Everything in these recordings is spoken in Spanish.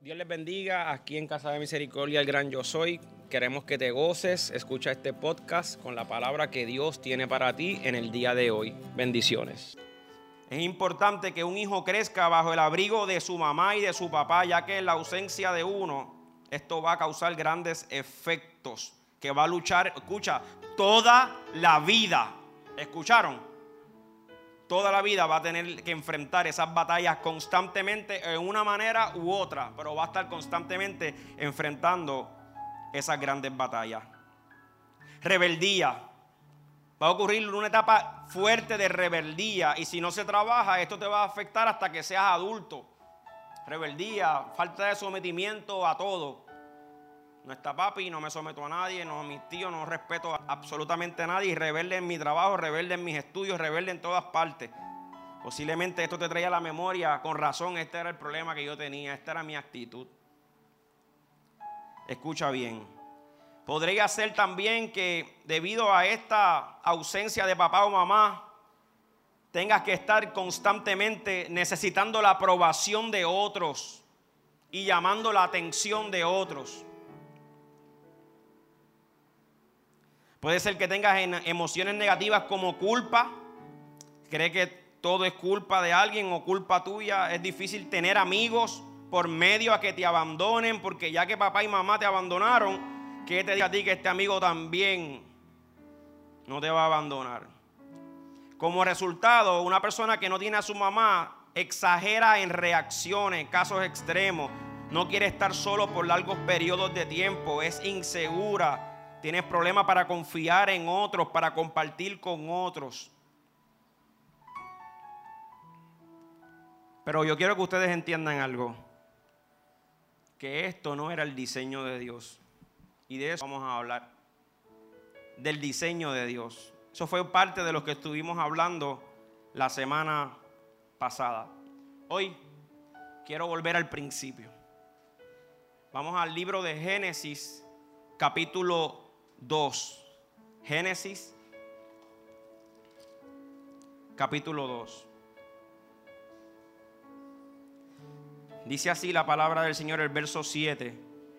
Dios les bendiga. Aquí en Casa de Misericordia, el Gran Yo Soy. Queremos que te goces. Escucha este podcast con la palabra que Dios tiene para ti en el día de hoy. Bendiciones. Es importante que un hijo crezca bajo el abrigo de su mamá y de su papá, ya que en la ausencia de uno, esto va a causar grandes efectos, que va a luchar, escucha, toda la vida. ¿Escucharon? Toda la vida va a tener que enfrentar esas batallas constantemente en una manera u otra, pero va a estar constantemente enfrentando esas grandes batallas. Rebeldía. Va a ocurrir una etapa fuerte de rebeldía, y si no se trabaja, esto te va a afectar hasta que seas adulto. Rebeldía, falta de sometimiento a todo. No está papi, no me someto a nadie, no a mis tíos, no respeto absolutamente a nadie, y rebelde en mi trabajo, rebelde en mis estudios, rebelde en todas partes. Posiblemente esto te traía a la memoria, con razón, este era el problema que yo tenía, esta era mi actitud. Escucha bien. Podría ser también que debido a esta ausencia de papá o mamá, tengas que estar constantemente necesitando la aprobación de otros y llamando la atención de otros. Puede ser que tengas emociones negativas como culpa. Cree que todo es culpa de alguien o culpa tuya. Es difícil tener amigos por medio a que te abandonen, porque ya que papá y mamá te abandonaron, que te diga a ti que este amigo también no te va a abandonar. Como resultado, una persona que no tiene a su mamá exagera en reacciones, casos extremos. No quiere estar solo por largos periodos de tiempo. Es insegura. Tienes problemas para confiar en otros, para compartir con otros. Pero yo quiero que ustedes entiendan algo. Que esto no era el diseño de Dios. Y de eso vamos a hablar. Del diseño de Dios. Eso fue parte de lo que estuvimos hablando la semana pasada. Hoy quiero volver al principio. Vamos al libro de Génesis, capítulo 2. Génesis, capítulo 2. Dice así la palabra del Señor, el verso 7.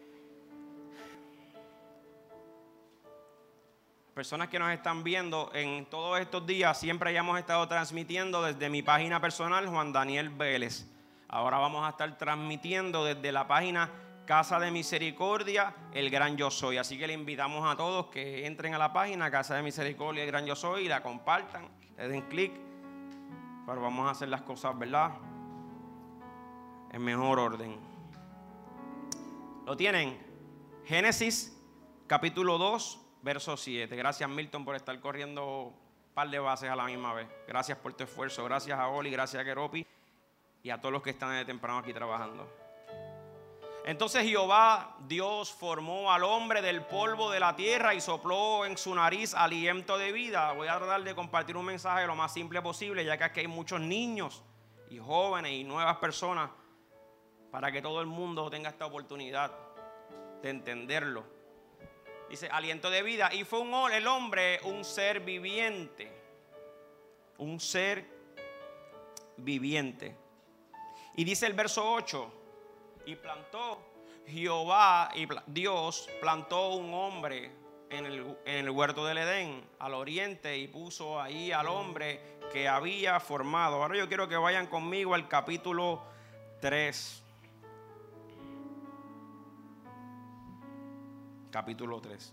Personas que nos están viendo en todos estos días, siempre hayamos estado transmitiendo desde mi página personal, Juan Daniel Vélez. Ahora vamos a estar transmitiendo desde la página Casa de Misericordia, el Gran Yo Soy. Así que le invitamos a todos que entren a la página Casa de Misericordia, el Gran Yo Soy, y la compartan, le den clic. Pero vamos a hacer las cosas, ¿verdad?, en mejor orden. ¿Lo tienen? Génesis, capítulo 2, verso 7. Gracias, Milton, por estar corriendo un par de bases a la misma vez. Gracias por tu esfuerzo. Gracias a Oli, gracias a Keropi y a todos los que están desde temprano aquí trabajando. Entonces Jehová Dios formó al hombre del polvo de la tierra y sopló en su nariz aliento de vida. Voy a tratar de compartir un mensaje lo más simple posible, ya que aquí hay muchos niños y jóvenes y nuevas personas, para que todo el mundo tenga esta oportunidad de entenderlo. Dice aliento de vida, y fue el hombre un ser viviente. Un ser viviente. Y dice el verso 8, y plantó Jehová, y Dios plantó un hombre en el huerto del Edén, al oriente, y puso ahí al hombre que había formado. Ahora yo quiero que vayan conmigo al capítulo 3. Capítulo 3.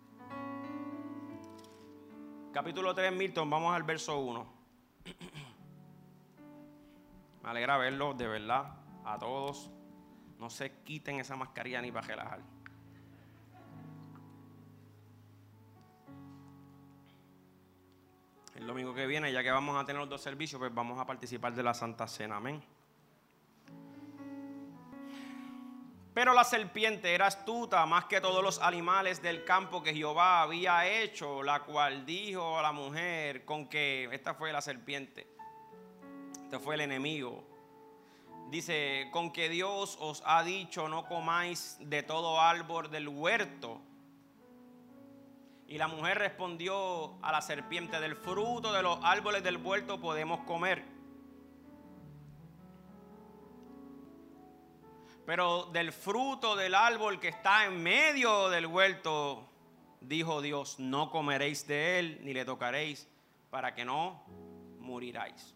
Capítulo 3, Milton, vamos al verso 1. Me alegra verlos, de verdad, a todos. No se quiten esa mascarilla ni para relajar. El domingo que viene, ya que vamos a tener los dos servicios, pues vamos a participar de la Santa Cena. Amén. Pero la serpiente era astuta más que todos los animales del campo que Jehová había hecho, la cual dijo a la mujer, con que esta fue la serpiente, este fue el enemigo. Dice, con que Dios os ha dicho, no comáis de todo árbol del huerto. Y la mujer respondió a la serpiente, del fruto de los árboles del huerto podemos comer. Pero del fruto del árbol que está en medio del huerto, dijo Dios, no comeréis de él ni le tocaréis, para que no muráis.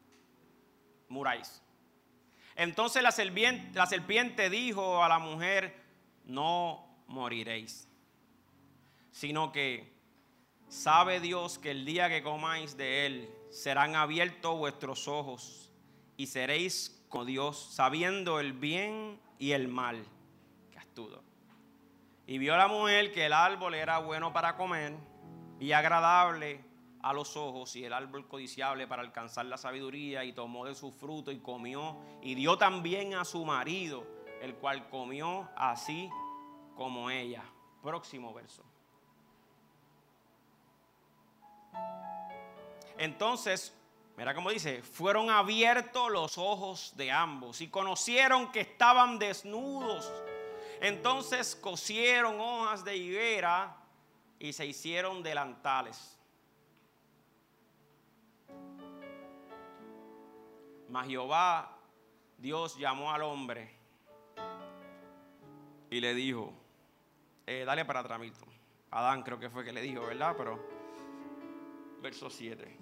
Entonces la serpiente dijo a la mujer, no moriréis, sino que sabe Dios que el día que comáis de él serán abiertos vuestros ojos y seréis como Dios, sabiendo el bien y el mal. Qué astuto. Y vio la mujer que el árbol era bueno para comer y agradable a los ojos, y el árbol codiciable para alcanzar la sabiduría, y tomó de su fruto y comió, y dio también a su marido, el cual comió así como ella. Próximo verso. Entonces, mira cómo dice, fueron abiertos los ojos de ambos y conocieron que estaban desnudos. Entonces cosieron hojas de higuera y se hicieron delantales. Mas Jehová, Dios, llamó al hombre y le dijo, dale para atrás, Milton. Adán creo que fue que le dijo, ¿verdad? Pero, verso 7.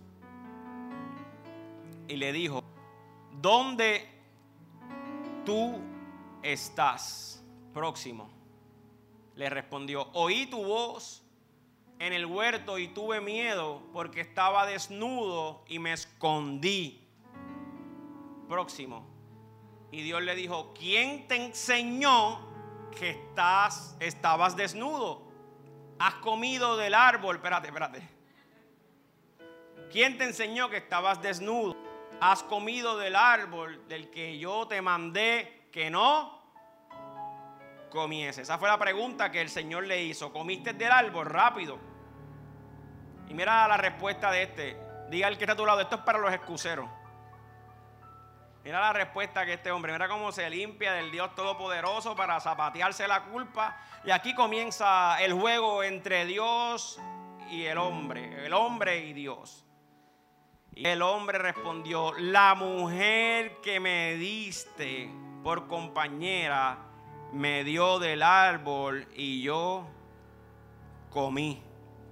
Y le dijo, ¿dónde tú estás? Próximo. Le respondió, oí tu voz en el huerto y tuve miedo porque estaba desnudo y me escondí. Próximo. Y Dios le dijo, ¿quién te enseñó que estabas desnudo? ¿Has comido del árbol? Espérate. ¿Quién te enseñó que estabas desnudo? ¿Has comido del árbol del que yo te mandé que no comiese? Esa fue la pregunta que el Señor le hizo. ¿Comiste del árbol? Rápido. Y mira la respuesta de este. Diga el que está a tu lado, esto es para los excuseros. Mira la respuesta que este hombre, mira cómo se limpia del Dios Todopoderoso para zapatearse la culpa. Y aquí comienza el juego entre Dios y el hombre y Dios. Y el hombre respondió, la mujer que me diste por compañera me dio del árbol y yo comí.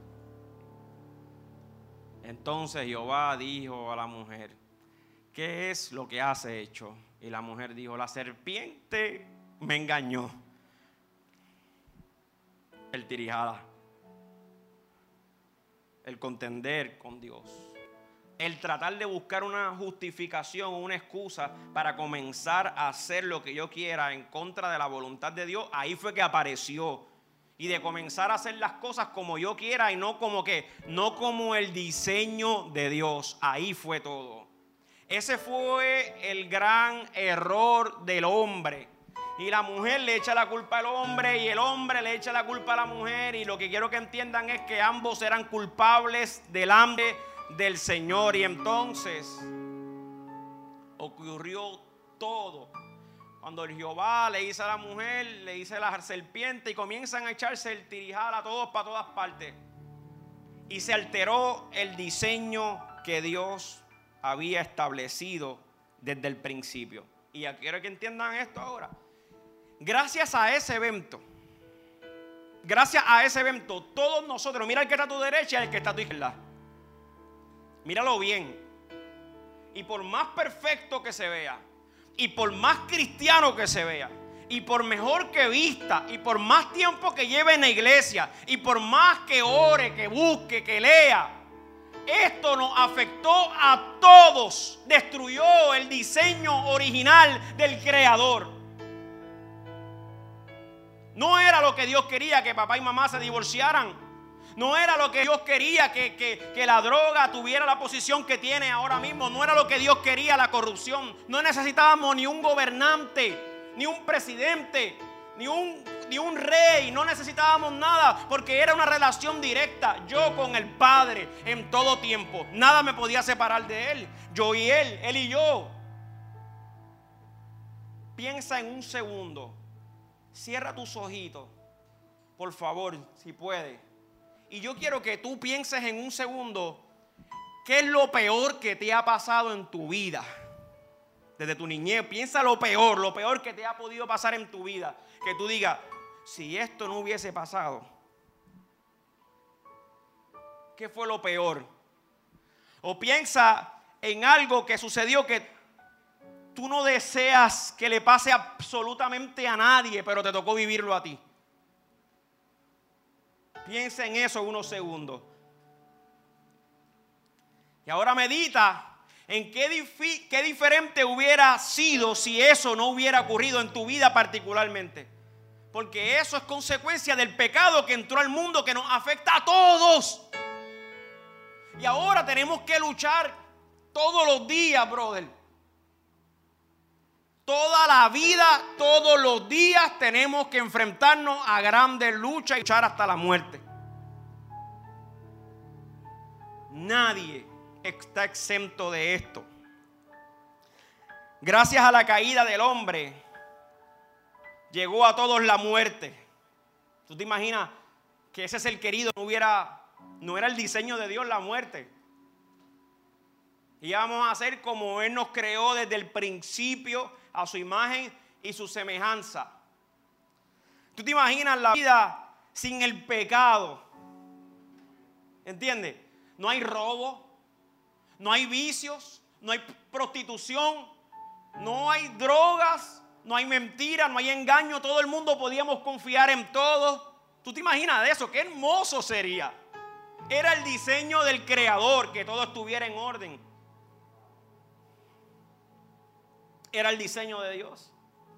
Entonces Jehová dijo a la mujer, ¿qué es lo que has hecho? Y la mujer dijo, la serpiente me engañó. El tirijala, el contender con Dios, el tratar de buscar una justificación, una excusa para comenzar a hacer lo que yo quiera en contra de la voluntad de Dios, ahí fue que apareció. Y de comenzar a hacer las cosas como yo quiera y no como el diseño de Dios. Ahí fue todo. Ese fue el gran error del hombre. Y la mujer le echa la culpa al hombre y el hombre le echa la culpa a la mujer. Y lo que quiero que entiendan es que ambos eran culpables delante del Señor. Y entonces ocurrió todo. Cuando Jehová le dice a la mujer, le dice a la serpiente y comienzan a echarse el tirijala todos para todas partes. Y se alteró el diseño que Dios había establecido desde el principio. Y ya quiero que entiendan esto ahora. Gracias a ese evento, todos nosotros, mira el que está a tu derecha y el que está a tu izquierda. Míralo bien. Y por más perfecto que se vea, y por más cristiano que se vea, y por mejor que vista, y por más tiempo que lleve en la iglesia, y por más que ore, que busque, que lea, esto nos afectó a todos. Destruyó el diseño original del Creador. No era lo que Dios quería que papá y mamá se divorciaran. No era lo que Dios quería que la droga tuviera la posición que tiene ahora mismo. No era lo que Dios quería la corrupción. No necesitábamos ni un gobernante, ni un presidente, ni un rey. No necesitábamos nada porque era una relación directa. Yo con el Padre en todo tiempo. Nada me podía separar de Él. Yo y Él y yo. Piensa en un segundo. Cierra tus ojitos, por favor, si puedes. Y yo quiero que tú pienses en un segundo, ¿qué es lo peor que te ha pasado en tu vida? desde tu niñez. Piensa lo peor que te ha podido pasar en tu vida. Que tú digas, si esto no hubiese pasado, ¿qué fue lo peor? O piensa en algo que sucedió que tú no deseas que le pase absolutamente a nadie, pero te tocó vivirlo a ti. Piensa en eso unos segundos. Y ahora medita en qué diferente hubiera sido si eso no hubiera ocurrido en tu vida particularmente. Porque eso es consecuencia del pecado que entró al mundo, que nos afecta a todos. Y ahora tenemos que luchar todos los días, brother. Toda la vida, todos los días tenemos que enfrentarnos a grandes luchas y luchar hasta la muerte. Nadie está exento de esto. Gracias a la caída del hombre, llegó a todos la muerte. ¿Tú te imaginas que ese ser querido no era el diseño de Dios la muerte? Íbamos a ser como Él nos creó desde el principio, a su imagen y su semejanza. ¿Tú te imaginas la vida sin el pecado? ¿Entiendes? No hay robo, no hay vicios, no hay prostitución, no hay drogas, no hay mentira, no hay engaño. Todo el mundo podíamos confiar en todo. ¿Tú te imaginas de eso? ¡Qué hermoso sería! Era el diseño del Creador, que todo estuviera en orden. Era el diseño de Dios.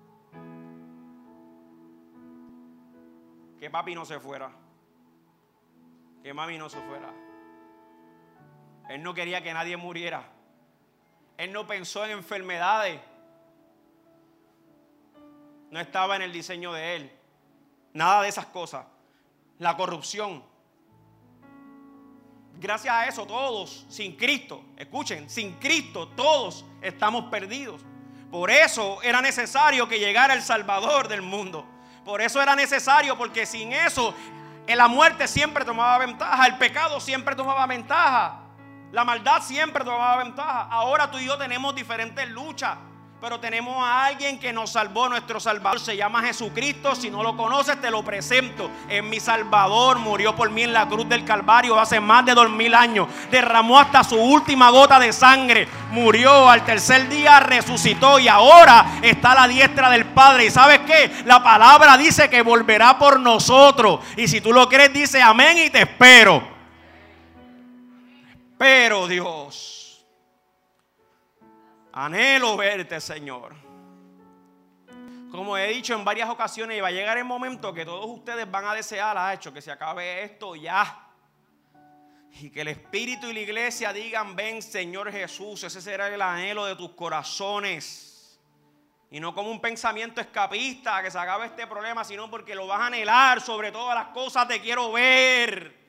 Que papi no se fuera, que mami no se fuera. Él no quería que nadie muriera. Él no pensó en enfermedades. No estaba en el diseño de Él. Nada de esas cosas. La corrupción. Gracias a eso todos, sin Cristo, escuchen, sin Cristo todos estamos perdidos. Por eso era necesario que llegara el Salvador del mundo. Por eso era necesario, porque sin eso la muerte siempre tomaba ventaja, el pecado siempre tomaba ventaja, la maldad siempre tomaba ventaja. Ahora tú y yo tenemos diferentes luchas, pero tenemos a alguien que nos salvó. Nuestro Salvador se llama Jesucristo. Si no lo conoces, te lo presento. Es mi Salvador. Murió por mí en la cruz del Calvario hace más de 2000 años. Derramó hasta su última gota de sangre. Murió, al tercer día resucitó y ahora está a la diestra del Padre. ¿Y sabes qué? La palabra dice que volverá por nosotros. Y si tú lo crees, dice amén y te espero. Pero Dios, anhelo verte, Señor. Como he dicho en varias ocasiones, va a llegar el momento que todos ustedes van a desear, que se acabe esto ya. Y que el Espíritu y la iglesia digan, ven, Señor Jesús. Ese será el anhelo de tus corazones. Y no como un pensamiento escapista, que se acabe este problema, sino porque lo vas a anhelar sobre todas las cosas. Te quiero ver.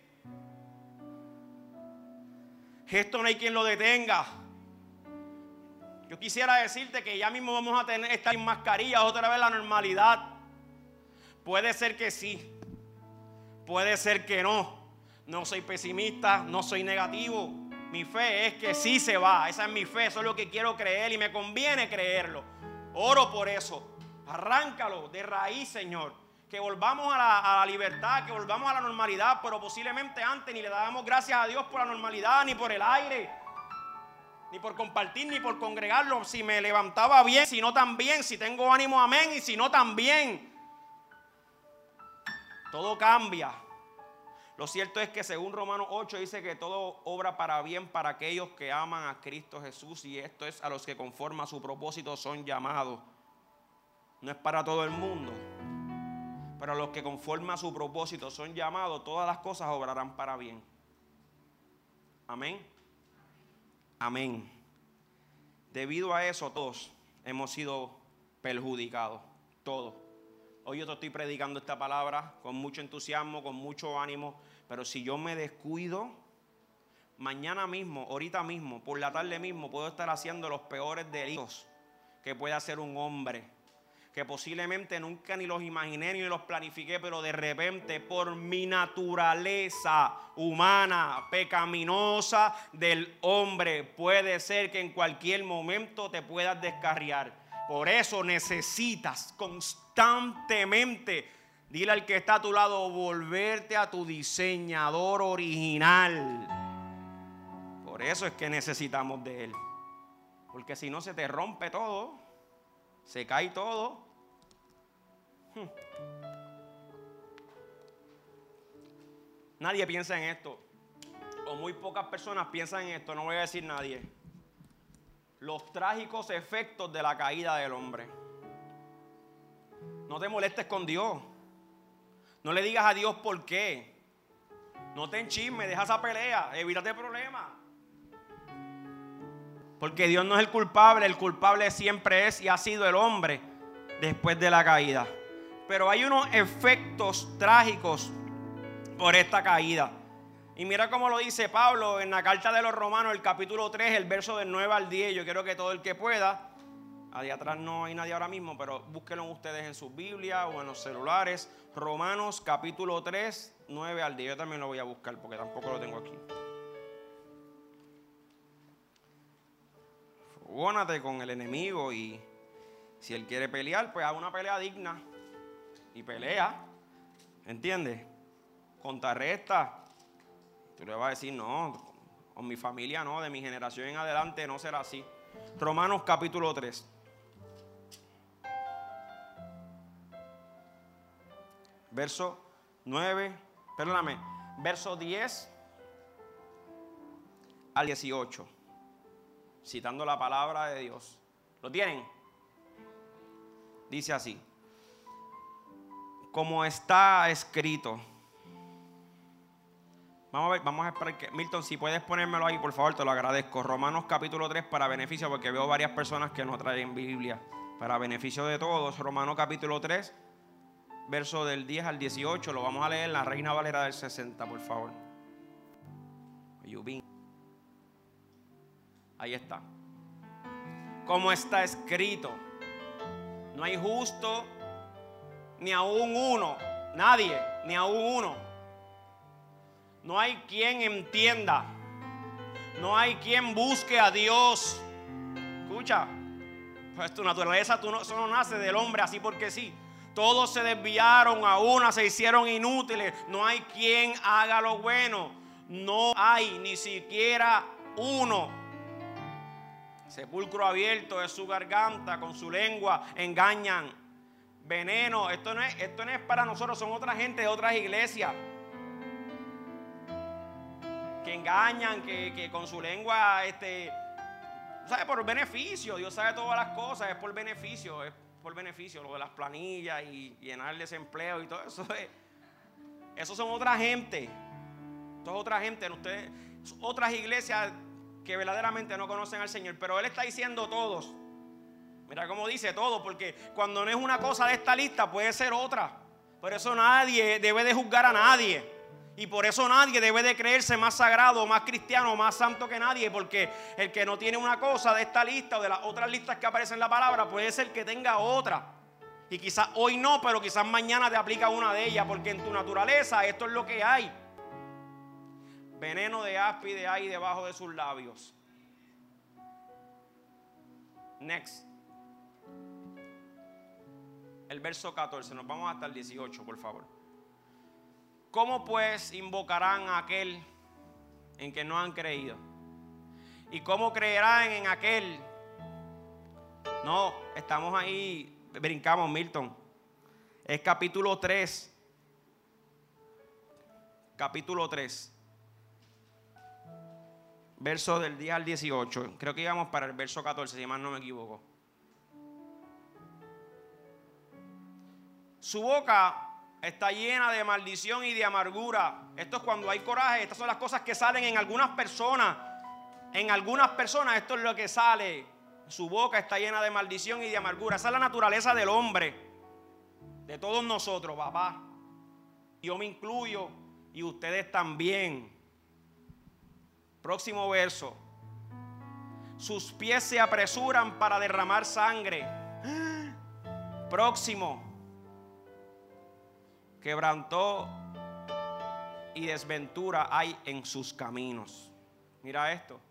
Esto no hay quien lo detenga. Yo quisiera decirte que ya mismo vamos a estar en mascarillas otra vez la normalidad. Puede ser que sí, puede ser que no. No soy pesimista, no soy negativo. Mi fe es que sí se va. Esa es mi fe, eso es lo que quiero creer y me conviene creerlo. Oro por eso. Arráncalo de raíz, Señor. Que volvamos a la libertad, que volvamos a la normalidad. Pero posiblemente antes ni le dábamos gracias a Dios por la normalidad, ni por el aire, ni por compartir, ni por congregarlo. Si me levantaba bien, si no también. Si tengo ánimo, amén. Y si no también. Todo cambia. Lo cierto es que según Romanos 8 dice que todo obra para bien para aquellos que aman a Cristo Jesús. Y esto es a los que conforme a su propósito son llamados. No es para todo el mundo, pero a los que conforme a su propósito son llamados, todas las cosas obrarán para bien. Amén. Amén. Debido a eso todos hemos sido perjudicados. Todos. Hoy yo te estoy predicando esta palabra con mucho entusiasmo, con mucho ánimo. Pero si yo me descuido, mañana mismo, ahorita mismo, por la tarde mismo, puedo estar haciendo los peores delitos que puede hacer un hombre. que posiblemente nunca ni los imaginé ni los planifiqué, pero de repente por mi naturaleza humana, pecaminosa del hombre, puede ser que en cualquier momento te puedas descarriar. Por eso necesitas constantemente, dile al que está a tu lado, volverte a tu diseñador original. Por eso es que necesitamos de Él. Porque si no se te rompe todo, se cae todo. Nadie piensa en esto. O muy pocas personas piensan en esto, no voy a decir nadie. Los trágicos efectos de la caída del hombre. No te molestes con Dios. No le digas a Dios por qué. No te enchismes, deja esa pelea, evítate problemas. Porque Dios no es el culpable siempre es y ha sido el hombre después de la caída. Pero hay unos efectos trágicos por esta caída. Y mira cómo lo dice Pablo en la carta de los Romanos, el capítulo 3, el verso del 9 al 10. Yo quiero que todo el que pueda, allá atrás no hay nadie ahora mismo, pero búsquenlo ustedes en sus Biblias o en los celulares. Romanos capítulo 3, 9 al 10. Yo también lo voy a buscar porque tampoco lo tengo aquí. Fogónate con el enemigo y si él quiere pelear, pues haga una pelea digna y pelea, ¿entiendes? Contrarresta. Tú le vas a decir, no, con mi familia no, de mi generación en adelante no será así. Romanos capítulo 3. Verso 9, perdóname, verso 10 al 18. Citando la palabra de Dios. ¿Lo tienen? Dice así: como está escrito. Vamos a esperar que Milton, si puedes ponérmelo ahí, por favor, te lo agradezco. Romanos capítulo 3 para beneficio, porque veo varias personas que no traen Biblia. Para beneficio de todos, Romanos capítulo 3, verso del 10 al 18, lo vamos a leer en la Reina Valera del 60, por favor. Ahí está. Como está escrito, no hay justo ni aún uno, nadie, ni aún uno. No hay quien entienda, no hay quien busque a Dios. Escucha, pues tu naturaleza, eso no nace del hombre así porque sí. Todos se desviaron, a una se hicieron inútiles. No hay quien haga lo bueno. No hay ni siquiera uno. Sepulcro abierto es su garganta, con su lengua engañan. Veneno, esto no es para nosotros, son otra gente de otras iglesias que engañan, que con su lengua, ¿sabe? Por beneficio. Dios sabe todas las cosas, es por beneficio, lo de las planillas y llenar el desempleo y todo eso. Esos son otra gente. Esto es otra gente. Ustedes, otras iglesias que verdaderamente no conocen al Señor. Pero Él está diciendo todos. Mira cómo dice todo, porque cuando no es una cosa de esta lista puede ser otra. Por eso nadie debe de juzgar a nadie. Y por eso nadie debe de creerse más sagrado, más cristiano, más santo que nadie. Porque el que no tiene una cosa de esta lista o de las otras listas que aparecen en la palabra, puede ser que tenga otra. Y quizás hoy no, pero quizás mañana te aplica una de ellas. Porque en tu naturaleza esto es lo que hay. Veneno de áspide hay debajo de sus labios. Next. El verso 14. Nos vamos hasta el 18, por favor. ¿Cómo pues invocarán a aquel en que no han creído? ¿Y cómo creerán en aquel? No, estamos ahí, brincamos, Milton. Es capítulo 3. Capítulo 3. Verso del 10 al 18. Creo que íbamos para el verso 14, si más no me equivoco. Su boca está llena de maldición y de amargura. Esto es cuando hay coraje. Estas son las cosas que salen en algunas personas. En algunas personas esto es lo que sale. Su boca está llena de maldición y de amargura. Esa es la naturaleza del hombre. De todos nosotros, papá. Yo me incluyo y ustedes también. Próximo verso. Sus pies se apresuran para derramar sangre. Próximo, quebrantó y desventura hay en sus caminos. Mira esto.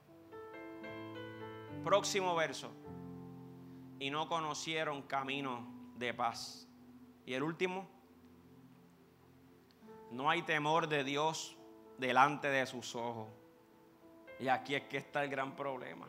Próximo verso. Y no conocieron camino de paz. Y el último. No hay temor de Dios delante de sus ojos. Y aquí es que está el gran problema.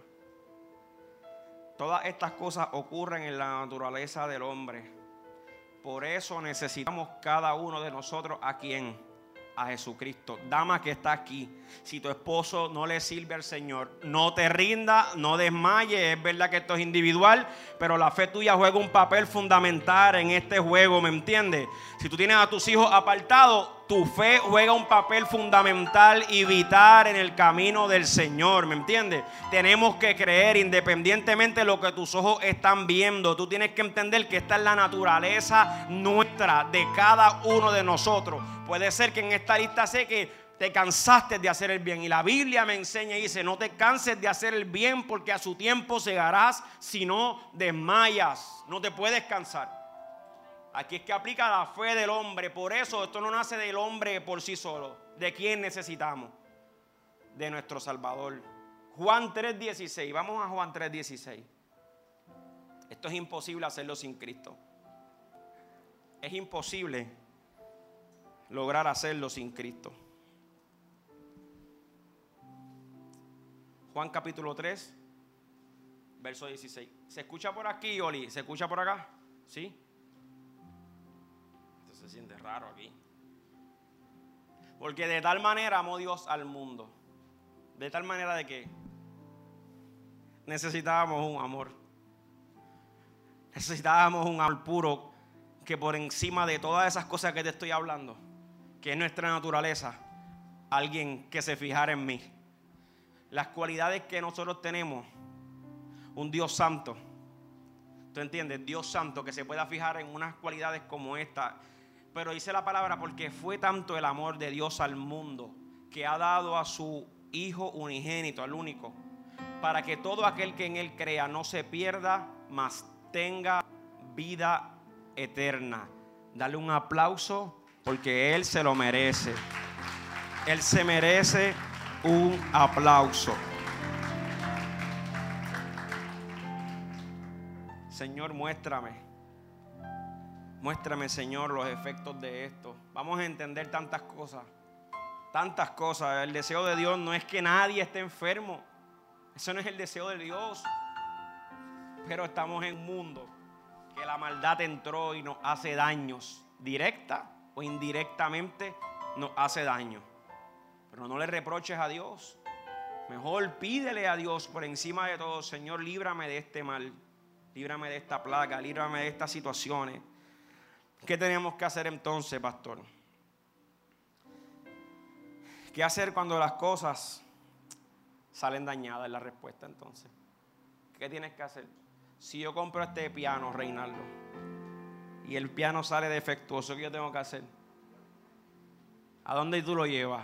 Todas estas cosas ocurren en la naturaleza del hombre. Por eso necesitamos cada uno de nosotros ¿a quién? A Jesucristo. Dama que está aquí, si tu esposo no le sirve al Señor, no te rinda, no desmayes. Es verdad que esto es individual, pero la fe tuya juega un papel fundamental en este juego, ¿me entiendes? Si tú tienes a tus hijos apartados, tu fe juega un papel fundamental y vital en el camino del Señor, ¿me entiendes? Tenemos que creer independientemente de lo que tus ojos están viendo. Tú tienes que entender que esta es la naturaleza nuestra, de cada uno de nosotros. Puede ser que en esta lista sé que te cansaste de hacer el bien. Y la Biblia me enseña y dice, no te canses de hacer el bien porque a su tiempo segarás si no desmayas. No te puedes cansar. Aquí es que aplica la fe del hombre. Por eso esto no nace del hombre por sí solo. ¿De quién necesitamos? De nuestro Salvador. Juan 3:16. Vamos a Juan 3:16. Esto es imposible hacerlo sin Cristo. Es imposible lograr hacerlo sin Cristo. Juan capítulo 3, verso 16. ¿Se escucha por aquí, Oli? ¿Se escucha por acá? ¿Sí? Esto se siente raro aquí. Porque de tal manera amó Dios al mundo. De tal manera de que necesitábamos un amor. Necesitábamos un amor puro que por encima de todas esas cosas que te estoy hablando, que es nuestra naturaleza, alguien que se fijara en mí. Las cualidades que nosotros tenemos, un Dios santo, ¿tú entiendes? Dios santo que se pueda fijar en unas cualidades como esta. Pero dice la palabra, porque fue tanto el amor de Dios al mundo, que ha dado a su Hijo unigénito, al único, para que todo aquel que en Él crea no se pierda, mas tenga vida eterna. Dale un aplauso porque Él se lo merece. Él se merece un aplauso. Señor, muéstrame, Señor, los efectos de esto. Vamos a entender tantas cosas. Tantas cosas. El deseo de Dios no es que nadie esté enfermo. Eso no es el deseo de Dios. Pero estamos en un mundo que la maldad entró y nos hace daños. Directa o indirectamente nos hace daño. Pero no le reproches a Dios. Mejor pídele a Dios por encima de todo: Señor, líbrame de este mal. Líbrame de esta plaga. Líbrame de estas situaciones. ¿Qué tenemos que hacer entonces, pastor? ¿Qué hacer cuando las cosas salen dañadas? Es la respuesta entonces. ¿Qué tienes que hacer? Si yo compro este piano, Reinaldo, y el piano sale defectuoso, ¿qué yo tengo que hacer? ¿A dónde tú lo llevas?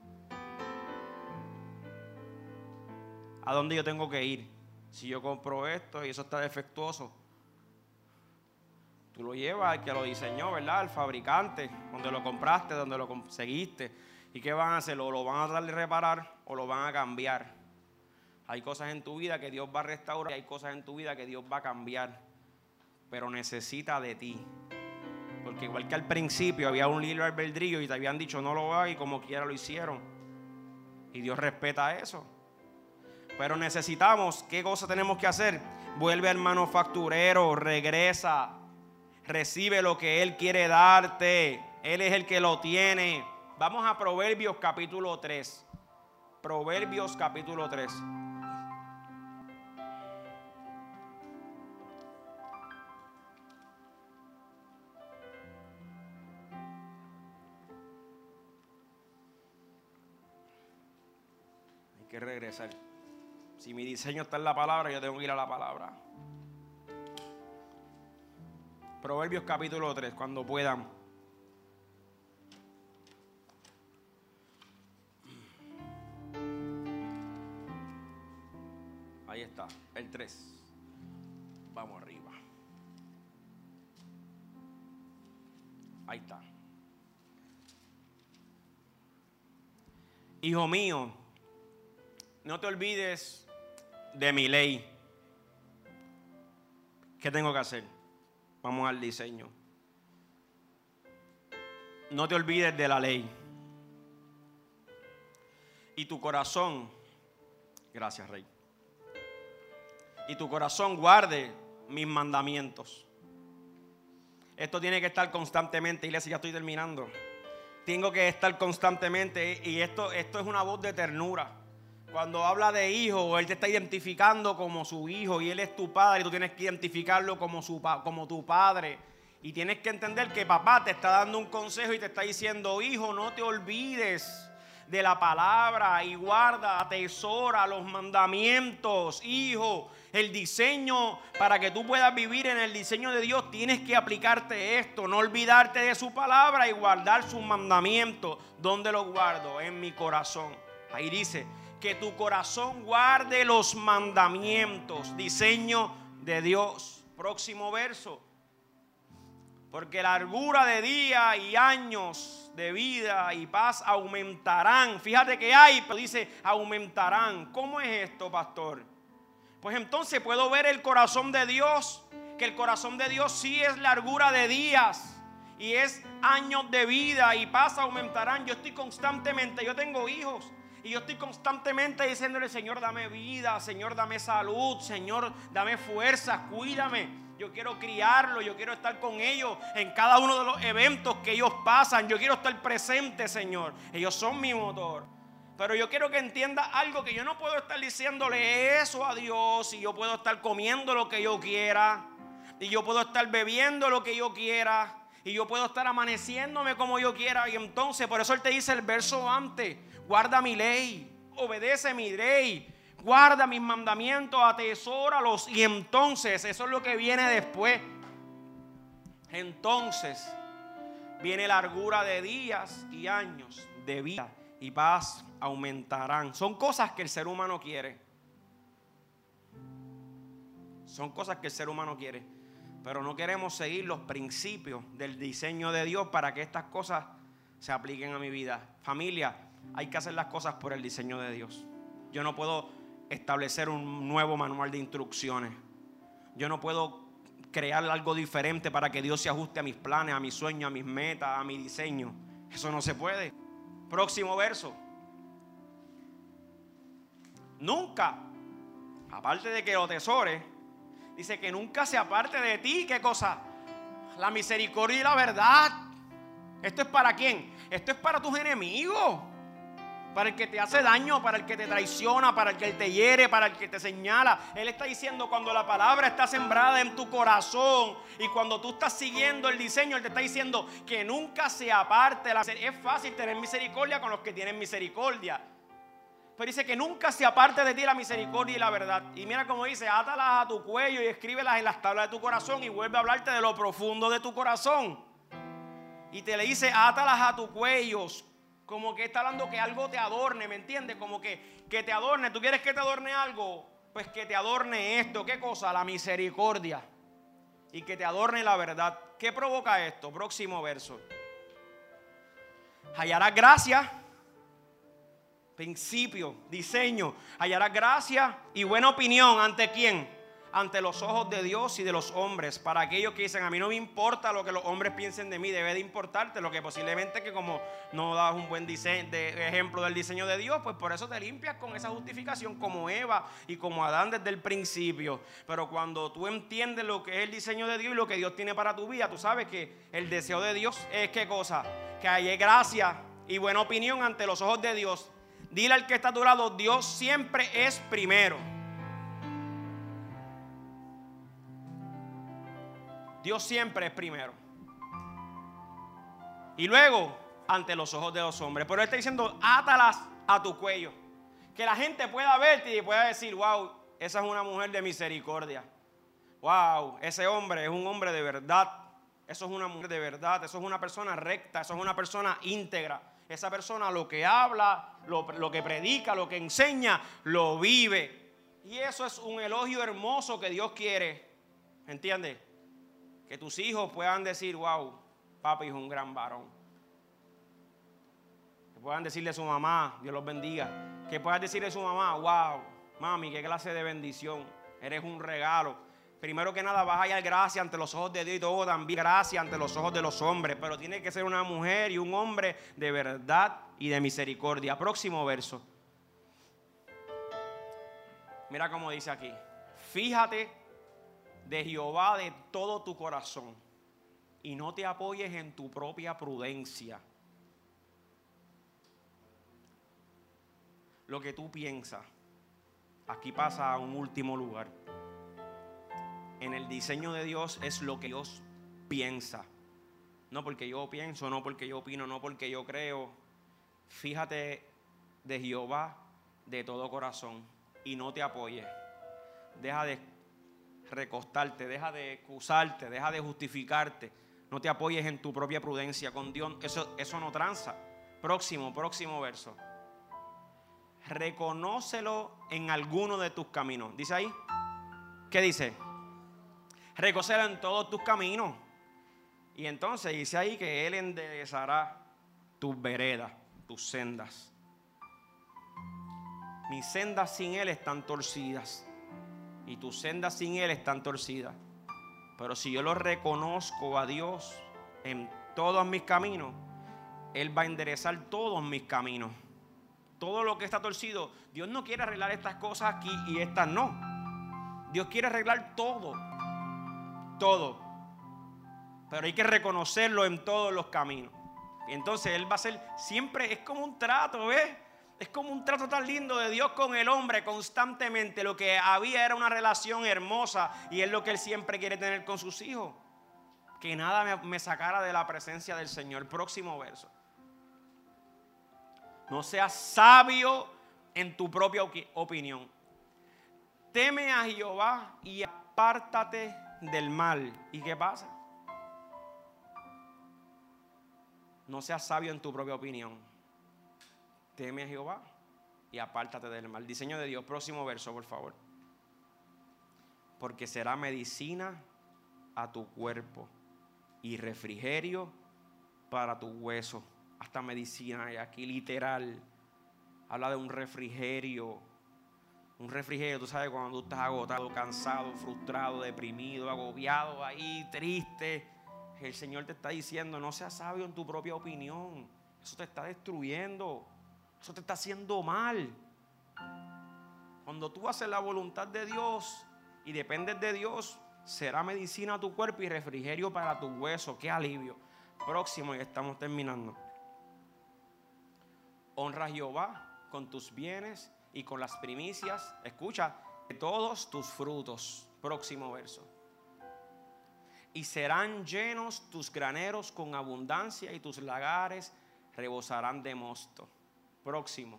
¿A dónde yo tengo que ir? Si yo compro esto y eso está defectuoso, tú lo llevas al que lo diseñó, ¿verdad? Al fabricante, donde lo compraste, donde lo conseguiste. ¿Y qué van a hacer? ¿O lo van a tratar de reparar o lo van a cambiar? Hay cosas en tu vida que Dios va a restaurar y hay cosas en tu vida que Dios va a cambiar. Pero necesita de ti. Porque igual que al principio había un libre albedrío y te habían dicho no lo hagas y como quiera lo hicieron. Y Dios respeta eso. Pero necesitamos, ¿qué cosa tenemos que hacer? Vuelve al manufacturero, regresa, recibe lo que Él quiere darte. Él es el que lo tiene. Vamos a Proverbios capítulo 3. Proverbios capítulo 3. Hay que regresar. Si mi diseño está en la palabra, yo tengo que ir a la palabra. Proverbios capítulo 3, cuando puedan. Ahí está, el 3. Vamos arriba. Ahí está. Hijo mío, no te olvides de mi ley. ¿Qué tengo que hacer? Vamos al diseño. No te olvides de la ley. Y tu corazón, gracias Rey, y tu corazón guarde mis mandamientos. Esto tiene que estar constantemente, iglesia, ya estoy terminando. Tengo que estar constantemente, y esto es una voz de ternura. Cuando habla de hijo, Él te está identificando como su hijo y Él es tu padre y tú tienes que identificarlo como tu padre. Y tienes que entender que papá te está dando un consejo y te está diciendo, hijo, no te olvides de la palabra y guarda, atesora los mandamientos. Hijo, el diseño, para que tú puedas vivir en el diseño de Dios, tienes que aplicarte esto, no olvidarte de su palabra y guardar sus mandamientos. ¿Dónde los guardo? En mi corazón. Ahí dice, que tu corazón guarde los mandamientos, diseño de Dios. Próximo verso. Porque la largura de día y años de vida y paz aumentarán. Fíjate que hay, pero dice aumentarán. ¿Cómo es esto, pastor? Pues entonces puedo ver el corazón de Dios, que el corazón de Dios sí es largura de días y es años de vida y paz aumentarán. Yo estoy constantemente, yo tengo hijos y yo estoy constantemente diciéndole, Señor, dame vida, Señor, dame salud, Señor, dame fuerza, cuídame. Yo quiero criarlo, yo quiero estar con ellos en cada uno de los eventos que ellos pasan. Yo quiero estar presente, Señor. Ellos son mi motor. Pero yo quiero que entienda algo, que yo no puedo estar diciéndole eso a Dios y yo puedo estar comiendo lo que yo quiera y yo puedo estar bebiendo lo que yo quiera y yo puedo estar amaneciéndome como yo quiera. Y entonces, por eso Él te dice el verso antes, guarda mi ley, obedece mi ley, guarda mis mandamientos, atesóralos. Y entonces, eso es lo que viene después. Entonces viene largura de días y años de vida y paz aumentarán. Son cosas que el ser humano quiere. Son cosas que el ser humano quiere. Pero no queremos seguir los principios del diseño de Dios para que estas cosas se apliquen a mi vida. Familia, hay que hacer las cosas por el diseño de Dios. Yo no puedo establecer un nuevo manual de instrucciones. Yo no puedo crear algo diferente para que Dios se ajuste a mis planes, a mis sueños, a mis metas, a mi diseño. Eso no se puede. Próximo verso. Nunca, aparte de que lo atesores, dice que nunca se aparte de ti. ¿Qué cosa? La misericordia y la verdad. ¿Esto es para quién? Esto es para tus enemigos. Para el que te hace daño, para el que te traiciona, para el que te hiere, para el que te señala. Él está diciendo, cuando la palabra está sembrada en tu corazón y cuando tú estás siguiendo el diseño, Él te está diciendo que nunca se aparte. Es fácil tener misericordia con los que tienen misericordia, pero dice que nunca se aparte de ti la misericordia y la verdad. Y mira cómo dice, átalas a tu cuello y escríbelas en las tablas de tu corazón. Y vuelve a hablarte de lo profundo de tu corazón. Y te le dice, átalas a tu cuello. Como que está hablando que algo te adorne, ¿me entiendes? Como que te adorne. ¿Tú quieres que te adorne algo? Pues que te adorne esto. ¿Qué cosa? La misericordia. Y que te adorne la verdad. ¿Qué provoca esto? Próximo verso. Hallarás gracia, principio, diseño. Hallarás gracia y buena opinión. ¿Ante quién? Ante los ojos de Dios y de los hombres. Para aquellos que dicen, a mí no me importa lo que los hombres piensen de mí, debe de importarte lo que posiblemente, que como no das un buen ejemplo del diseño de Dios, pues por eso te limpias con esa justificación, como Eva y como Adán desde el principio. Pero cuando tú entiendes lo que es el diseño de Dios y lo que Dios tiene para tu vida, tú sabes que el deseo de Dios es ¿qué cosa? Que haya gracia y buena opinión ante los ojos de Dios. Dile al que está a tu lado, Dios siempre es primero. Dios siempre es primero. Y luego, ante los ojos de los hombres. Pero Él está diciendo, átalas a tu cuello. Que la gente pueda verte y pueda decir, wow, esa es una mujer de misericordia. Wow, ese hombre es un hombre de verdad. Eso es una mujer de verdad. Eso es una persona recta. Eso es una persona íntegra. Esa persona lo que habla, lo que predica, lo que enseña, lo vive. Y eso es un elogio hermoso que Dios quiere. ¿Entiendes? Que tus hijos puedan decir, wow, papi es un gran varón. Que puedan decirle a su mamá, Dios los bendiga. Que puedan decirle a su mamá, wow, mami, qué clase de bendición. Eres un regalo. Primero que nada vas a hallar gracia ante los ojos de Dios y todo también gracia ante los ojos de los hombres. Pero tiene que ser una mujer y un hombre de verdad y de misericordia. Próximo verso. Mira cómo dice aquí. Fíjate de Jehová de todo tu corazón y no te apoyes en tu propia prudencia. Lo que tú piensas, aquí pasa a un último lugar. En el diseño de Dios es lo que Dios piensa. No porque yo pienso, no porque yo opino, no porque yo creo. Fíjate de Jehová de todo corazón y no te apoyes. Deja de recostarte, deja de excusarte, deja de justificarte. No te apoyes en tu propia prudencia con Dios. Eso no tranza. Próximo verso. Reconócelo en alguno de tus caminos. ¿Dice ahí? ¿Qué dice? Reconócelo en todos tus caminos. Y entonces dice ahí que Él enderezará tus veredas, tus sendas. Mis sendas sin Él están torcidas. Y tus sendas sin Él están torcidas. Pero si yo lo reconozco a Dios en todos mis caminos, Él va a enderezar todos mis caminos. Todo lo que está torcido, Dios no quiere arreglar estas cosas aquí y estas no. Dios quiere arreglar todo. Todo. Pero hay que reconocerlo en todos los caminos. Y entonces Él va a ser siempre, es como un trato, ¿ves? Es como un trato tan lindo de Dios con el hombre constantemente. Lo que había era una relación hermosa y es lo que Él siempre quiere tener con sus hijos. Que nada me sacara de la presencia del Señor. Próximo verso. No seas sabio en tu propia opinión. Teme a Jehová y apártate del mal. ¿Y qué pasa? No seas sabio en tu propia opinión. Teme a Jehová y apártate del mal. Diseño de Dios. Próximo verso, por favor. Porque será medicina a tu cuerpo y refrigerio para tu hueso. Hasta medicina, y aquí literal habla de un refrigerio. Un refrigerio, tú sabes, cuando tú estás agotado, cansado, frustrado, deprimido, agobiado, ahí triste, el Señor te está diciendo: no seas sabio en tu propia opinión. Eso te está destruyendo. Eso te está haciendo mal. Cuando tú haces la voluntad de Dios y dependes de Dios, será medicina a tu cuerpo y refrigerio para tu hueso. Qué alivio. Próximo, y estamos terminando. Honra a Jehová con tus bienes y con las primicias. Escucha, de todos tus frutos. Próximo verso. Y serán llenos tus graneros con abundancia y tus lagares rebosarán de mosto. Próximo.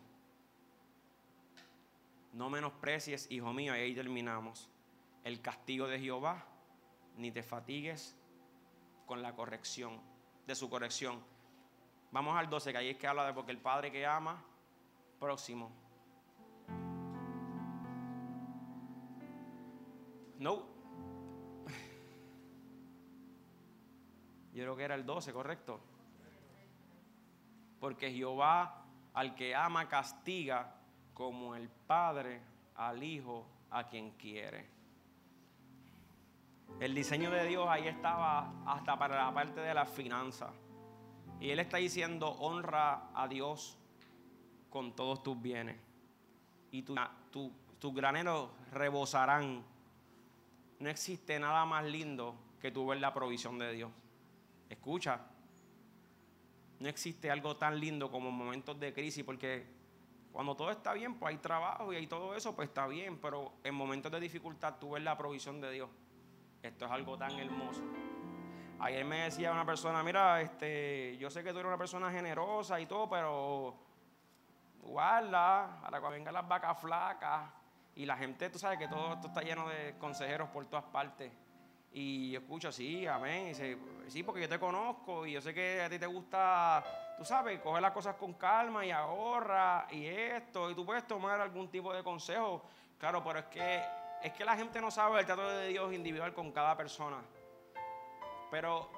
No menosprecies, hijo mío, y ahí terminamos, el castigo de Jehová, ni te fatigues con la corrección, de su corrección. Vamos al 12, que ahí es que habla de porque el Padre que ama. Próximo. No. Yo creo que era el 12, correcto. Porque Jehová al que ama castiga, como el Padre al Hijo a quien quiere. El diseño de Dios ahí estaba hasta para la parte de las finanzas. Y Él está diciendo: honra a Dios con todos tus bienes. Y tus graneros rebosarán. No existe nada más lindo que tú ver la provisión de Dios. Escucha. No existe algo tan lindo como momentos de crisis, porque cuando todo está bien, pues hay trabajo y hay todo eso, pues está bien. Pero en momentos de dificultad tú ves la provisión de Dios. Esto es algo tan hermoso. Ayer me decía una persona: mira, yo sé que tú eres una persona generosa y todo, pero guarda, para cuando vengan las vacas flacas. Y la gente, tú sabes que todo esto está lleno de consejeros por todas partes. Y yo escucho: sí, amén. Y dice: sí, porque yo te conozco y yo sé que a ti te gusta, tú sabes, coger las cosas con calma y ahorra y esto. Y tú puedes tomar algún tipo de consejo. Claro, pero es que la gente no sabe el trato de Dios individual con cada persona. Pero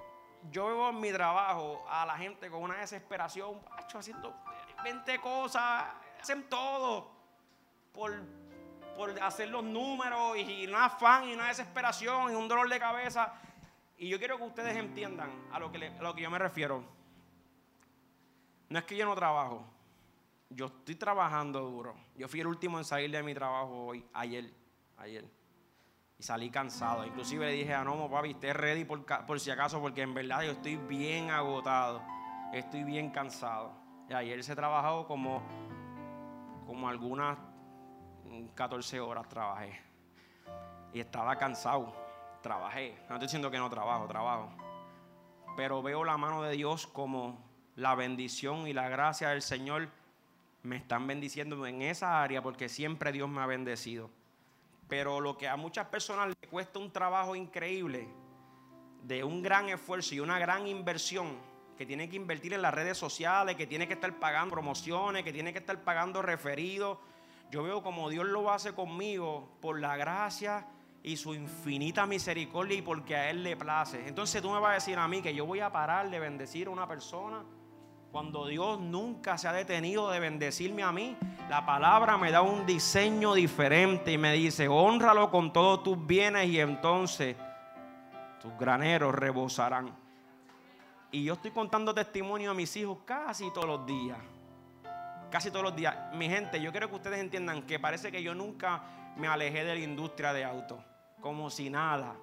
yo veo en mi trabajo a la gente con una desesperación, macho, haciendo 20 cosas, hacen todo por hacer los números y un afán y una desesperación y un dolor de cabeza. Y yo quiero que ustedes entiendan a lo que yo me refiero. No es que yo no trabajo, yo estoy trabajando duro. Yo fui el último en salir de mi trabajo ayer. Y salí cansado. Inclusive le dije a Nomo, papi, esté ready por si acaso, porque en verdad yo estoy bien agotado. Estoy bien cansado. Y ayer se trabajó como algunas 14 horas trabajé. Y estaba cansado. Trabajé. No estoy diciendo que no trabajo. Pero veo la mano de Dios como la bendición y la gracia del Señor me están bendiciendo en esa área, porque siempre Dios me ha bendecido. Pero lo que a muchas personas les cuesta un trabajo increíble, de un gran esfuerzo y una gran inversión, que tiene que invertir en las redes sociales, que tiene que estar pagando promociones, que tiene que estar pagando referidos. Yo veo como Dios lo hace conmigo por la gracia y su infinita misericordia y porque a Él le place. Entonces tú me vas a decir a mí que yo voy a parar de bendecir a una persona cuando Dios nunca se ha detenido de bendecirme a mí. La palabra me da un diseño diferente y me dice: hónralo con todos tus bienes y entonces tus graneros rebosarán. Y yo estoy contando testimonio a mis hijos casi todos los días. Mi gente, yo quiero que ustedes entiendan que parece que yo nunca me alejé de la industria de autos. Como si nada.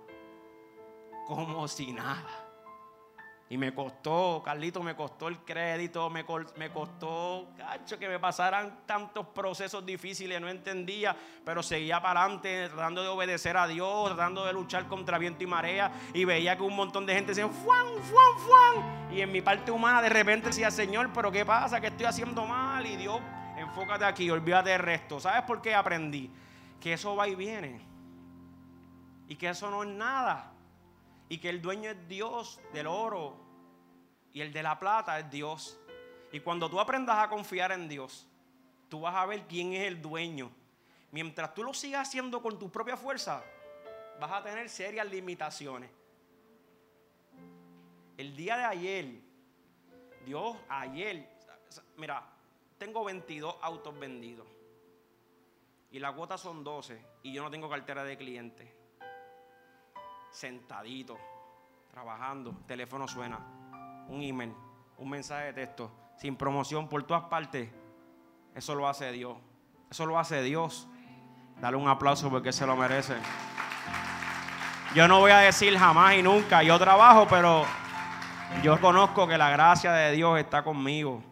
Y me costó, Carlito, me costó el crédito, me costó, cacho, que me pasaran tantos procesos difíciles, no entendía, pero seguía para adelante, tratando de obedecer a Dios, tratando de luchar contra viento y marea, y veía que un montón de gente decía, ¡fuan! Y en mi parte humana de repente decía, Señor, ¿pero qué pasa? ¿Qué estoy haciendo mal? Y Dios, enfócate aquí, olvídate del resto. ¿Sabes por qué aprendí? Que eso va y viene, y que eso no es nada. Y que el dueño es Dios del oro y el de la plata es Dios. Y cuando tú aprendas a confiar en Dios, tú vas a ver quién es el dueño. Mientras tú lo sigas haciendo con tu propia fuerza, vas a tener serias limitaciones. El día de ayer, mira, tengo 22 autos vendidos. Y la cuota son 12 y yo no tengo cartera de cliente. Sentadito, trabajando, teléfono suena, un email, un mensaje de texto, sin promoción por todas partes. Eso lo hace Dios. Dale un aplauso porque se lo merece. Yo no voy a decir jamás y nunca, yo trabajo, pero yo conozco que la gracia de Dios está conmigo.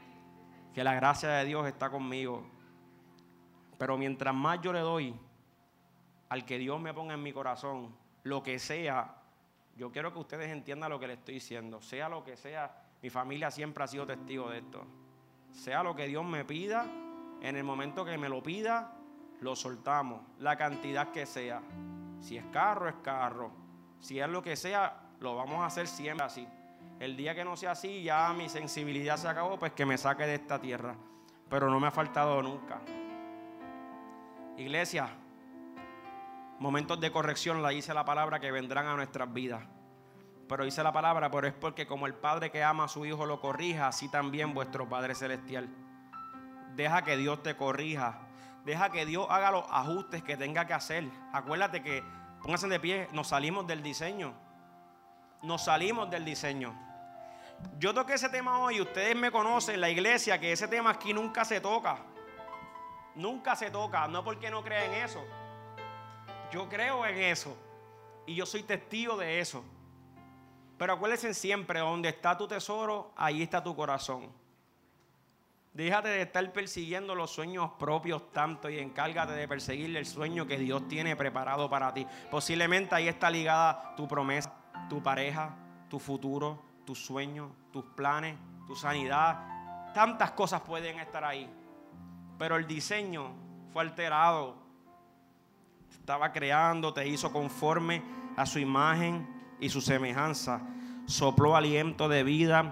Pero mientras más yo le doy al que Dios me ponga en mi corazón, lo que sea, yo quiero que ustedes entiendan lo que les estoy diciendo. Sea lo que sea, mi familia siempre ha sido testigo de esto. Sea lo que Dios me pida, en el momento que me lo pida, lo soltamos, la cantidad que sea. Si es carro, es carro. Si es lo que sea, lo vamos a hacer siempre así. El día que no sea así, ya mi sensibilidad se acabó, pues que me saque de esta tierra. Pero no me ha faltado nunca. Iglesia, momentos de corrección, la dice la palabra, que vendrán a nuestras vidas. Pero dice la palabra, pero es porque como el padre que ama a su hijo lo corrija, así también vuestro Padre Celestial. Deja que Dios te corrija. Deja que Dios haga los ajustes que tenga que hacer. Acuérdate que, pónganse de pie, nos salimos del diseño. Yo toqué ese tema hoy, ustedes me conocen en la iglesia, que ese tema aquí nunca se toca. No porque no crea en eso. Yo creo en eso y yo soy testigo de eso. Pero acuérdense siempre, donde está tu tesoro, ahí está tu corazón. Déjate de estar persiguiendo los sueños propios tanto y encárgate de perseguir el sueño que Dios tiene preparado para ti. Posiblemente ahí está ligada tu promesa, tu pareja, tu futuro, tus sueños, tus planes, tu sanidad. Tantas cosas pueden estar ahí. Pero el diseño fue alterado. Estaba creando, te hizo conforme a su imagen y su semejanza. Sopló aliento de vida.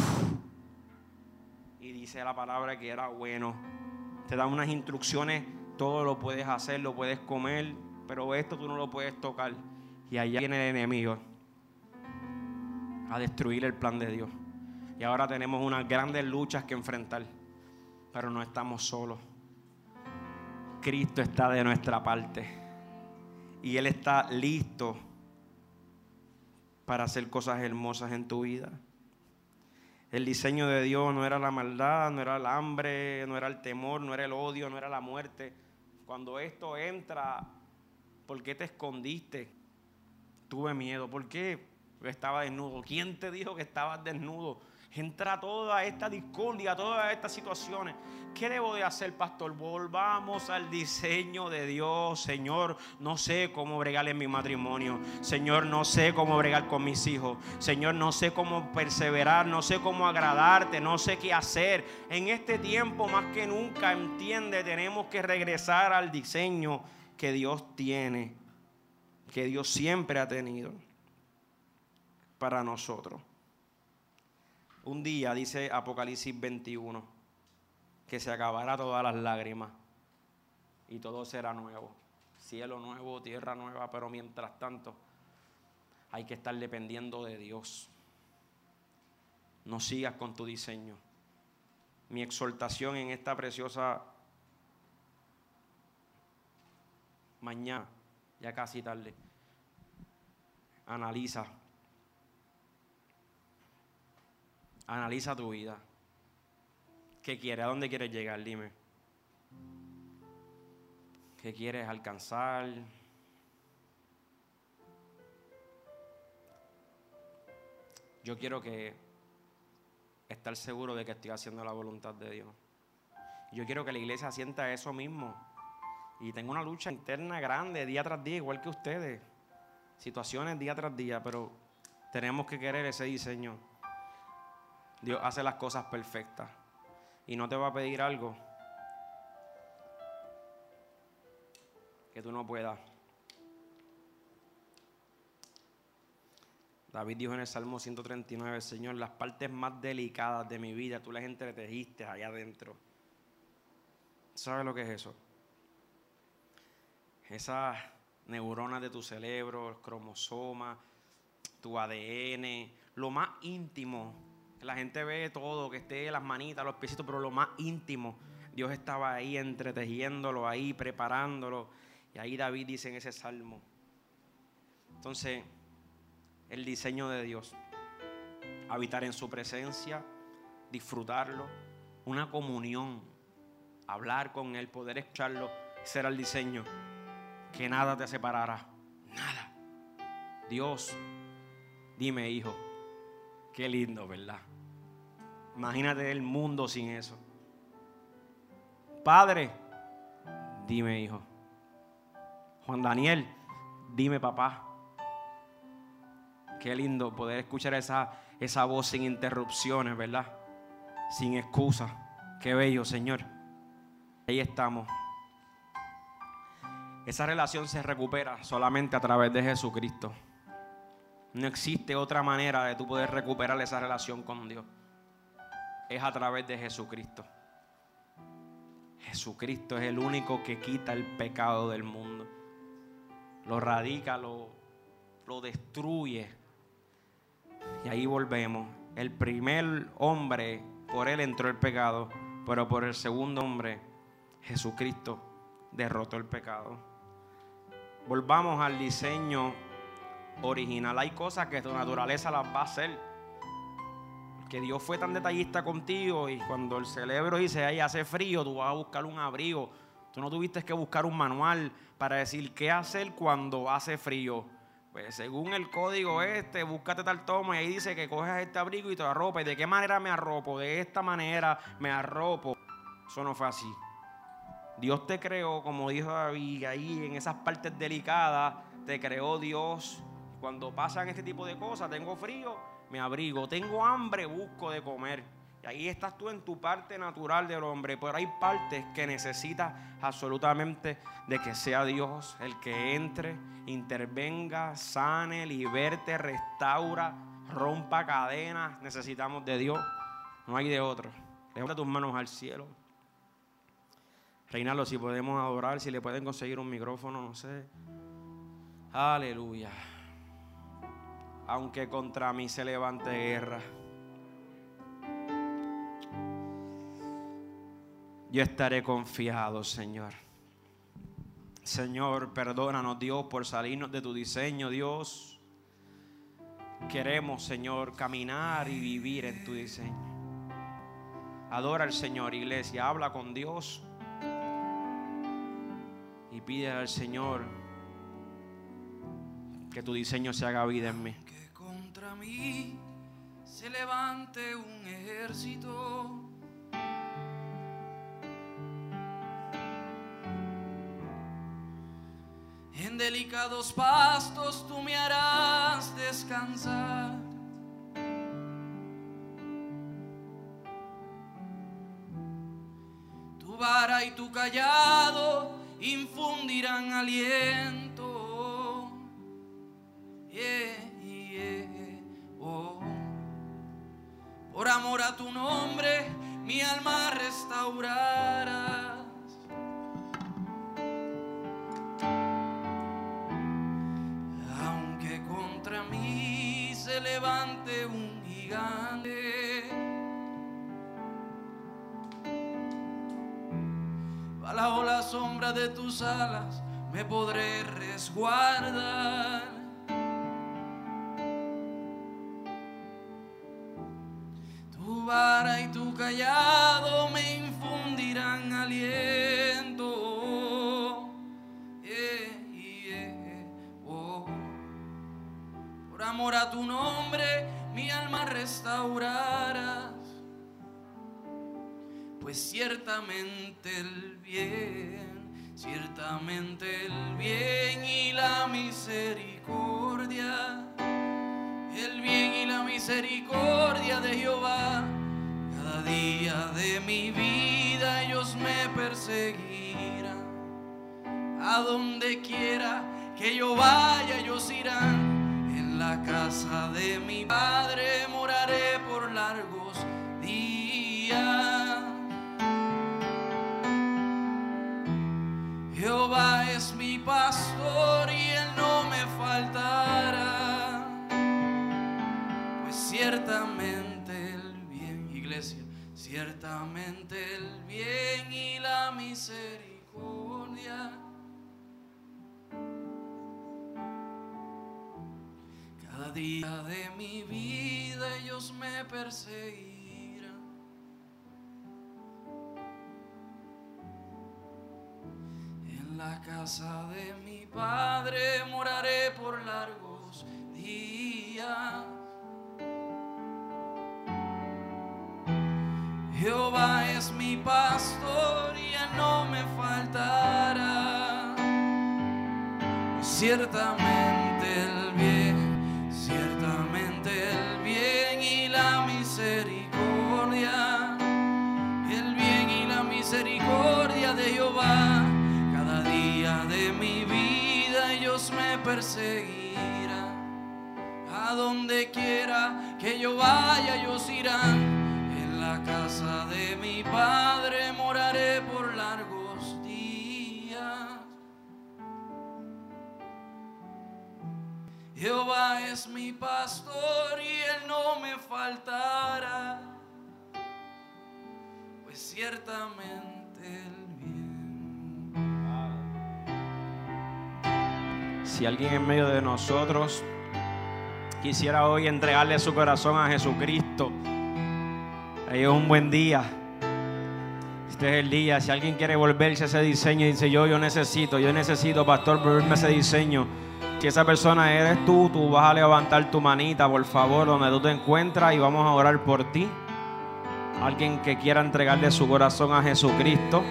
Y dice la palabra que era bueno. Te da unas instrucciones, todo lo puedes hacer, lo puedes comer, pero esto tú no lo puedes tocar. Y allá viene el enemigo a destruir el plan de Dios. Y ahora tenemos unas grandes luchas que enfrentar, pero no estamos solos. Cristo está de nuestra parte y Él está listo para hacer cosas hermosas en tu vida. El diseño de Dios no era la maldad, no era el hambre, no era el temor, no era el odio, no era la muerte. Cuando esto entra, ¿por qué te escondiste? Tuve miedo. ¿Por qué? Estaba desnudo. ¿Quién te dijo que estabas desnudo? Entra toda esta discordia, todas estas situaciones. ¿Qué debo de hacer, pastor? Volvamos al diseño de Dios. Señor, no sé cómo bregar en mi matrimonio. Señor, no sé cómo bregar con mis hijos. Señor, no sé cómo perseverar, no sé cómo agradarte, no sé qué hacer. En este tiempo, más que nunca, entiende, tenemos que regresar al diseño que Dios tiene, que Dios siempre ha tenido para nosotros. Un día, dice Apocalipsis 21, que se acabará todas las lágrimas y todo será nuevo. Cielo nuevo, tierra nueva, pero mientras tanto hay que estar dependiendo de Dios. No sigas con tu diseño. Mi exhortación en esta preciosa mañana, ya casi tarde, analiza tu vida. ¿Qué quieres? ¿A dónde quieres llegar? Dime. ¿Qué quieres alcanzar? Yo quiero estar seguro de que estoy haciendo la voluntad de Dios. Yo quiero que la iglesia sienta eso mismo. Y tengo una lucha interna grande día tras día, igual que ustedes. Situaciones día tras día, pero tenemos que querer ese diseño. Dios hace las cosas perfectas y no te va a pedir algo que tú no puedas. David dijo en el Salmo 139, Señor, las partes más delicadas de mi vida tú las entretejiste allá adentro. ¿Sabes lo que es eso? Esas neuronas de tu cerebro, los cromosomas, tu ADN, lo más íntimo. La gente ve todo, que esté las manitas, los piecitos, pero lo más íntimo, Dios estaba ahí entretejiéndolo, ahí preparándolo. Y ahí David dice en ese salmo. Entonces, el diseño de Dios, habitar en su presencia, disfrutarlo, una comunión, hablar con Él, poder escucharlo, ese era el diseño, que nada te separará, nada. Dios, dime, hijo, qué lindo, ¿verdad? Imagínate el mundo sin eso. Padre, dime, hijo. Juan Daniel, dime, papá. Qué lindo poder escuchar esa voz sin interrupciones, ¿verdad? Sin excusa. Qué bello, Señor. Ahí estamos. Esa relación se recupera solamente a través de Jesucristo. No existe otra manera de tú poder recuperar esa relación con Dios. Es a través de Jesucristo. Jesucristo es el único que quita el pecado del mundo. Lo radica, lo destruye. Y ahí volvemos. El primer hombre, por él entró el pecado, pero por el segundo hombre, Jesucristo derrotó el pecado. Volvamos al diseño original. Hay cosas que tu naturaleza las va a hacer. Que Dios fue tan detallista contigo y cuando el cerebro dice, ay, hace frío, tú vas a buscar un abrigo. Tú no tuviste que buscar un manual para decir qué hacer cuando hace frío. Pues según el código búscate tal toma y ahí dice que coges este abrigo y te arropas. ¿Y de qué manera me arropo? De esta manera me arropo. Eso no fue así. Dios te creó, como dijo David, ahí en esas partes delicadas, te creó Dios. Cuando pasan este tipo de cosas, tengo frío, me abrigo, tengo hambre, busco de comer. Y ahí estás tú en tu parte natural del hombre. Pero hay partes que necesitas absolutamente de que sea Dios el que entre, intervenga, sane, liberte, restaura, rompa cadenas. Necesitamos de Dios, no hay de otro. Levanta tus manos al cielo. Reinaldo, si podemos adorar, si le pueden conseguir un micrófono, no sé. Aleluya. aunque contra mí se levante guerra. Yo estaré confiado, Señor. Señor, perdónanos, Dios, por salirnos de tu diseño, Dios. Queremos, Señor, caminar y vivir en tu diseño. Adora al Señor, iglesia. Habla con Dios y pide al Señor que tu diseño se haga vida en mí. Que contra mí se levante un ejército, en delicados pastos tú me harás descansar. Tu vara y tu callado infundirán aliento. Oh. Por amor a tu nombre mi alma restaurarás. Aunque contra mí se levante un gigante, bajo la sombra de tus alas me podré resguardar. Tu vara y tu callado me infundirán aliento. Oh. Por amor a tu nombre mi alma restaurarás. Pues ciertamente el bien y la misericordia, el bien y la misericordia de Jehová, cada día de mi vida ellos me perseguirán. A donde quiera que yo vaya ellos irán. En la casa de mi Padre moraré por largos días. Jehová es mi pastor y él no me faltará. Pues ciertamente el bien, iglesia, ciertamente el bien y la misericordia, cada día de mi vida ellos me perseguirán. En la casa de mi Padre moraré por largos días. Jehová es mi pastor y él no me faltará. Ciertamente el bien y la misericordia, el bien y la misericordia de Jehová, cada día de mi vida ellos me perseguirán. A donde quiera que yo vaya ellos irán. En la casa de mi Padre moraré por largos días. Jehová es mi pastor y él no me faltará. Pues ciertamente el bien. Si alguien en medio de nosotros quisiera hoy entregarle su corazón a Jesucristo, hoy es un buen día. Este es el día. Si alguien quiere volverse a ese diseño y dice yo necesito, pastor, volverme a ese diseño. Si esa persona eres tú vas a levantar tu manita, por favor, donde tú te encuentras, y vamos a orar por ti. Alguien que quiera entregarle su corazón a Jesucristo.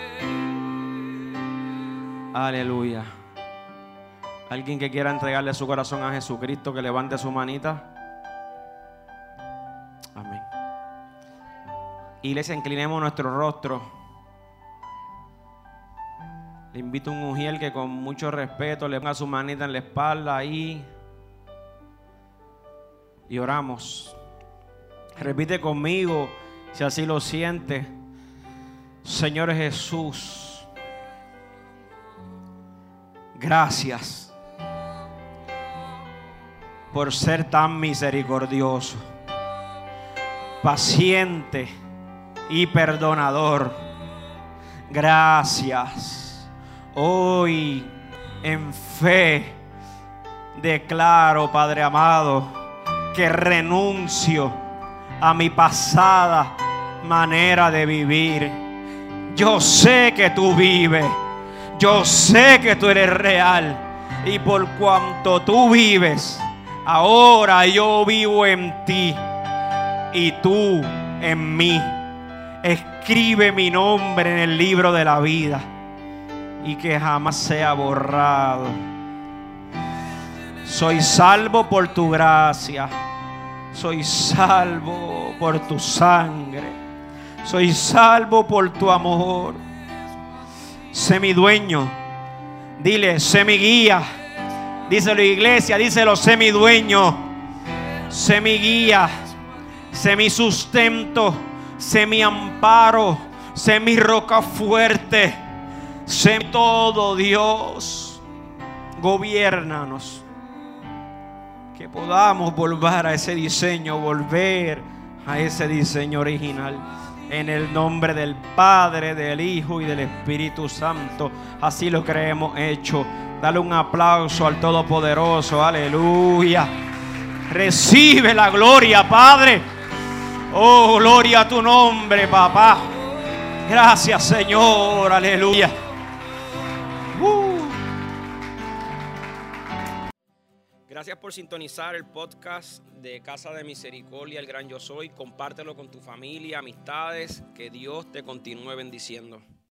Aleluya. Alguien que quiera entregarle su corazón a Jesucristo, que levante su manita. Amén. Iglesia, inclinemos nuestro rostro. Le invito a un mujer que con mucho respeto le ponga su manita en la espalda ahí. Y oramos. Repite conmigo, si así lo siente. Señor Jesús, gracias por ser tan misericordioso, paciente y perdonador. Gracias. Hoy en fe declaro, Padre amado, que renuncio a mi pasada manera de vivir. Yo sé que tú vives, yo sé que tú eres real, y por cuanto tú vives, ahora yo vivo en ti y tú en mí. Escribe mi nombre en el libro de la vida y que jamás sea borrado. Soy salvo por tu gracia, soy salvo por tu sangre, soy salvo por tu amor. Sé mi dueño, dile, sé mi guía. Díselo, iglesia, díselo, sé mi dueño, sé mi guía, sé mi sustento, sé mi amparo, sé mi roca fuerte, sé todo, Dios. Gobiérnanos, que podamos volver a ese diseño, volver a ese diseño original. En el nombre del Padre, del Hijo y del Espíritu Santo. Así lo creemos hecho. Dale un aplauso al Todopoderoso. Aleluya. Recibe la gloria, Padre. Oh, gloria a tu nombre, papá. Gracias, Señor. Aleluya. Gracias por sintonizar el podcast de Casa de Misericordia, el Gran Yo Soy. Compártelo con tu familia, amistades. Que Dios te continúe bendiciendo.